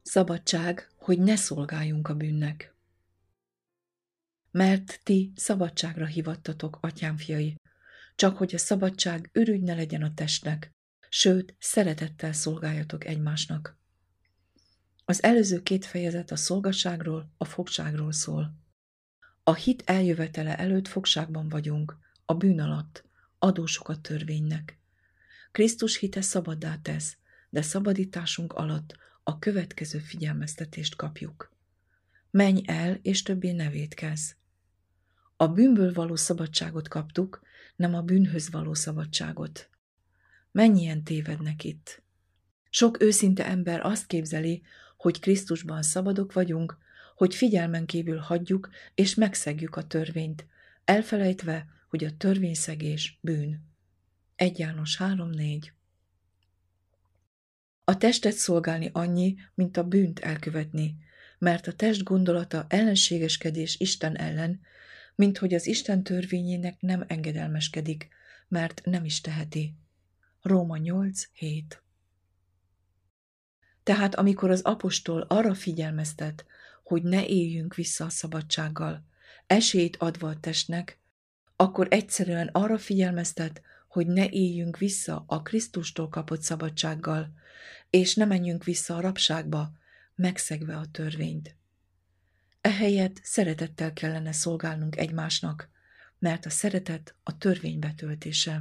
Szabadság, hogy ne szolgáljunk a bűnnek. Mert ti szabadságra hívattatok, atyám fiai, csak hogy a szabadság ürügy ne legyen a testnek, sőt, szeretettel szolgáljatok egymásnak. Az előző két fejezet a szolgaságról, a fogságról szól. A hit eljövetele előtt fogságban vagyunk, a bűn alatt, adósok a törvénynek. Krisztus hite szabaddá tesz, de szabadításunk alatt a következő figyelmeztetést kapjuk. Menj el, és többé ne vétkezz. A bűnből való szabadságot kaptuk, nem a bűnhöz való szabadságot. Mennyien tévednek itt? Sok őszinte ember azt képzeli, hogy Krisztusban szabadok vagyunk, hogy figyelmen kívül hagyjuk és megszegjük a törvényt, elfelejtve, hogy a törvényszegés bűn. 1 János 3:4. A testet szolgálni annyi, mint a bűnt elkövetni, mert a test gondolata ellenségeskedés Isten ellen, mint hogy az Isten törvényének nem engedelmeskedik, mert nem is teheti. Róma 8:7. Tehát amikor az apostol arra figyelmeztet, hogy ne éljünk vissza a szabadsággal, esélyt adva a testnek, akkor egyszerűen arra figyelmeztet, hogy ne éljünk vissza a Krisztustól kapott szabadsággal, és ne menjünk vissza a rabságba, megszegve a törvényt. Ehelyett szeretettel kellene szolgálnunk egymásnak, mert a szeretet a törvény betöltése.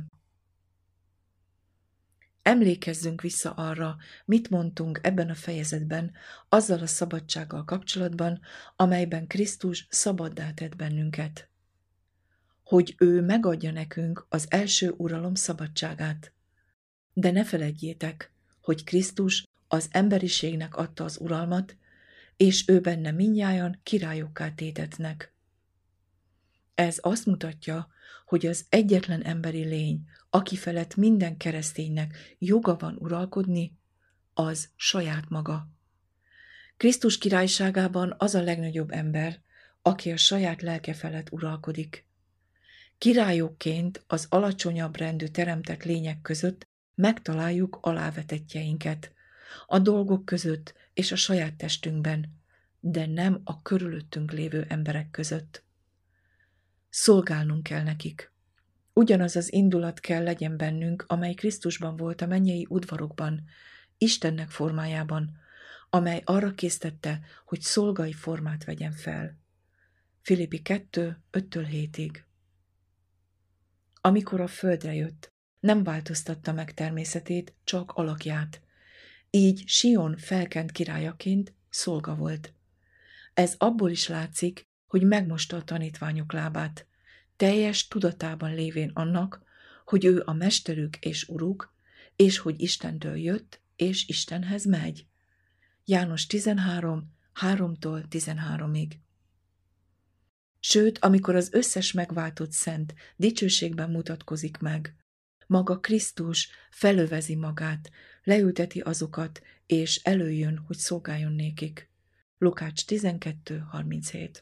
Emlékezzünk vissza arra, mit mondtunk ebben a fejezetben, azzal a szabadsággal kapcsolatban, amelyben Krisztus szabaddá tett bennünket. Hogy ő megadja nekünk az első uralom szabadságát. De ne feledjétek, hogy Krisztus az emberiségnek adta az uralmat, és ő benne mindnyájan királyokká tétetnek. Ez azt mutatja, hogy az egyetlen emberi lény, aki felett minden kereszténynek joga van uralkodni, az saját maga. Krisztus királyságában az a legnagyobb ember, aki a saját lelke felett uralkodik. Királyokként az alacsonyabb rendű teremtett lények között megtaláljuk alávetettjeinket, a dolgok között és a saját testünkben, de nem a körülöttünk lévő emberek között. Szolgálnunk kell nekik. Ugyanaz az indulat kell legyen bennünk, amely Krisztusban volt a mennyei udvarokban, Istennek formájában, amely arra késztette, hogy szolgai formát vegyen fel. Filippi 2:5-7. Amikor a földre jött, nem változtatta meg természetét, csak alakját. Így Sion felkent királyaként szolga volt. Ez abból is látszik, hogy megmosta a tanítványok lábát, teljes tudatában lévén annak, hogy ő a mesterük és uruk, és hogy Istentől jött, és Istenhez megy. János 13, 3-13. Sőt, amikor az összes megváltott szent dicsőségben mutatkozik meg, maga Krisztus felövezi magát, leülteti azokat, és előjön, hogy szolgáljon nékik. Lukács 12:37.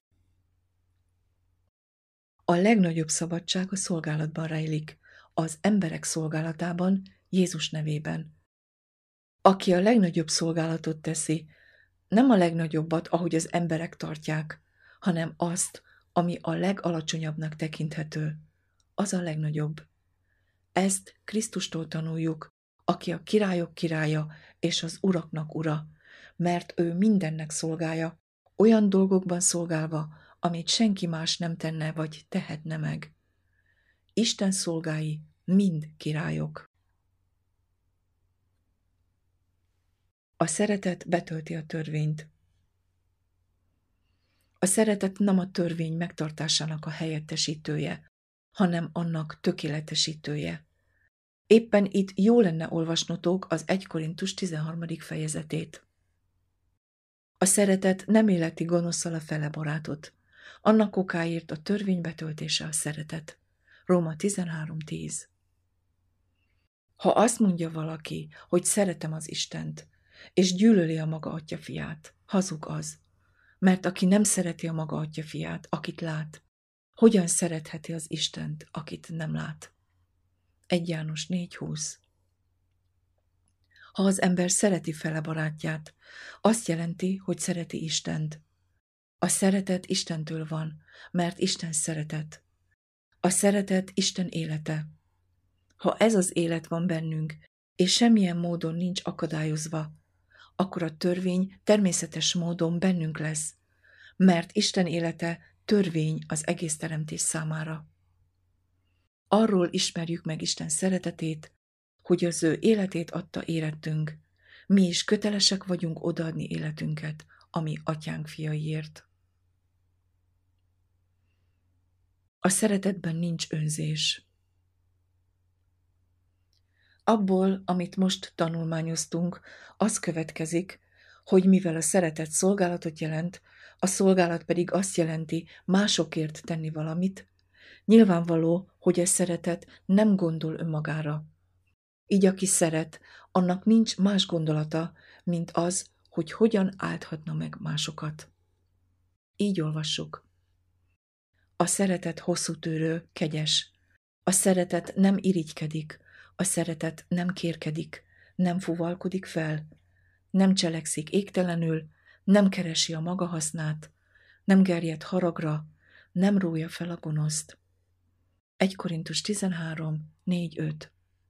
A legnagyobb szabadság a szolgálatban rejlik, az emberek szolgálatában, Jézus nevében. Aki a legnagyobb szolgálatot teszi, nem a legnagyobbat, ahogy az emberek tartják, hanem azt, ami a legalacsonyabbnak tekinthető, az a legnagyobb. Ezt Krisztustól tanuljuk, aki a királyok királya és az uraknak ura, mert ő mindennek szolgálja, olyan dolgokban szolgálva, amit senki más nem tenne vagy tehetne meg. Isten szolgái mind királyok. A szeretet betölti a törvényt. A szeretet nem a törvény megtartásának a helyettesítője, hanem annak tökéletesítője. Éppen itt jó lenne olvasnotok az 1 Korintus 13. fejezetét. A szeretet nem életi gonoszszal a fele barátot. Annak okáért a törvény betöltése a szeretet. Róma 13:10. Ha azt mondja valaki, hogy szeretem az Istent, és gyűlöli a maga atya fiát, hazug az. Mert aki nem szereti a maga atya fiát, akit lát, hogyan szeretheti az Istent, akit nem lát? 1 János 4:20. Ha az ember szereti fele barátját, azt jelenti, hogy szereti Istent. A szeretet Istentől van, mert Isten szeretet. A szeretet Isten élete. Ha ez az élet van bennünk, és semmilyen módon nincs akadályozva, akkor a törvény természetes módon bennünk lesz, mert Isten élete törvény az egész teremtés számára. Arról ismerjük meg Isten szeretetét, hogy az ő életét adta érettünk. Mi is kötelesek vagyunk odaadni életünket, ami atyánk fiaiért. A szeretetben nincs önzés. Abból, amit most tanulmányoztunk, az következik, hogy mivel a szeretet szolgálatot jelent, a szolgálat pedig azt jelenti másokért tenni valamit, nyilvánvaló, hogy a szeretet nem gondol önmagára. Így aki szeret, annak nincs más gondolata, mint az, hogy hogyan áldhatna meg másokat. Így olvassuk. A szeretet hosszútűrő, kegyes. A szeretet nem irigykedik, a szeretet nem kérkedik, nem fuvalkodik fel, nem cselekszik égtelenül, nem keresi a maga hasznát, nem gerjed haragra, nem rója fel a gonoszt. 1 Korintus 13, 4-5.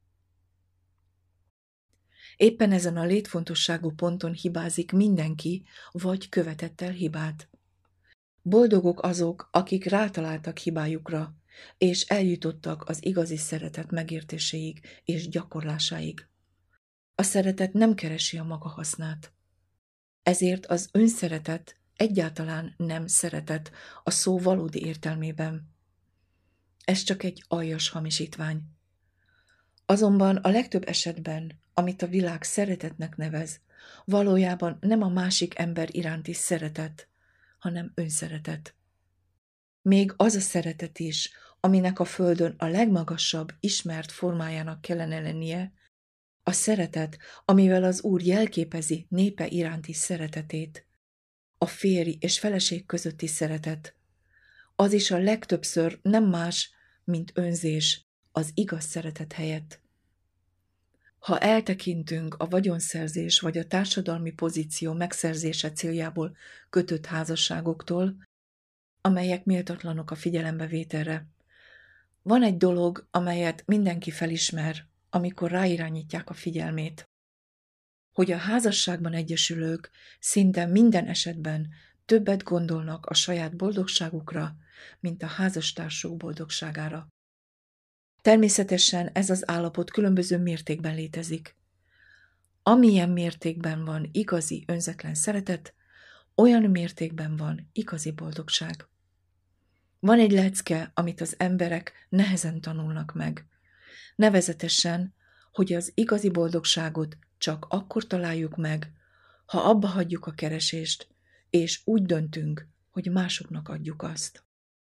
Éppen ezen a létfontosságú ponton hibázik mindenki, vagy követett el hibát. Boldogok azok, akik rátaláltak hibájukra, és eljutottak az igazi szeretet megértéséig és gyakorlásáig. A szeretet nem keresi a maga hasznát. Ezért az önszeretet egyáltalán nem szeretet a szó valódi értelmében. Ez csak egy aljas hamisítvány. Azonban a legtöbb esetben, amit a világ szeretetnek nevez, valójában nem a másik ember iránti szeretet, hanem önszeretet. Még az a szeretet is, aminek a földön a legmagasabb ismert formájának kellene lennie, a szeretet, amivel az Úr jelképezi népe iránti szeretetét, a férj és feleség közötti szeretet, az is a legtöbbször nem más, mint önzés az igaz szeretet helyett. Ha eltekintünk a vagyonszerzés vagy a társadalmi pozíció megszerzése céljából kötött házasságoktól, amelyek méltatlanok a figyelembevételre, van egy dolog, amelyet mindenki felismer, amikor ráirányítják a figyelmét, hogy a házasságban egyesülők szinte minden esetben többet gondolnak a saját boldogságukra, mint a házastársuk boldogságára. Természetesen ez az állapot különböző mértékben létezik. Amilyen mértékben van igazi önzetlen szeretet, olyan mértékben van igazi boldogság. Van egy lecke, amit az emberek nehezen tanulnak meg. Nevezetesen, hogy az igazi boldogságot csak akkor találjuk meg, ha abba hagyjuk a keresést, és úgy döntünk, hogy másoknak adjuk azt.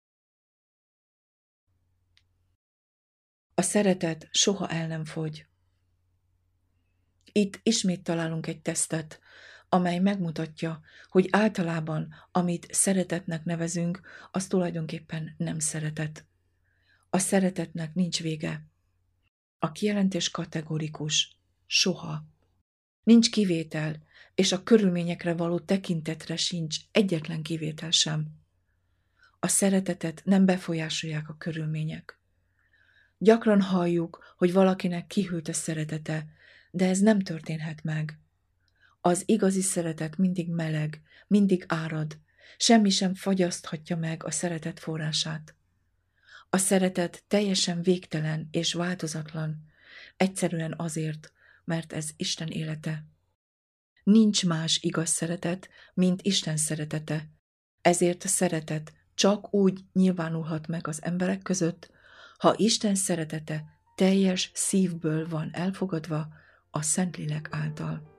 A szeretet soha el nem fogy. Itt ismét találunk egy tesztet, amely megmutatja, hogy általában, amit szeretetnek nevezünk, az tulajdonképpen nem szeretet. A szeretetnek nincs vége. A kijelentés kategorikus. Soha. Nincs kivétel, és a körülményekre való tekintetre sincs egyetlen kivétel sem. A szeretetet nem befolyásolják a körülmények. Gyakran halljuk, hogy valakinek kihűlt a szeretete, de ez nem történhet meg. Az igazi szeretet mindig meleg, mindig árad, semmi sem fagyaszthatja meg a szeretet forrását. A szeretet teljesen végtelen és változatlan, egyszerűen azért, mert ez Isten élete. Nincs más igaz szeretet, mint Isten szeretete, ezért a szeretet csak úgy nyilvánulhat meg az emberek között, ha Isten szeretete teljes szívből van elfogadva a Szentlélek által.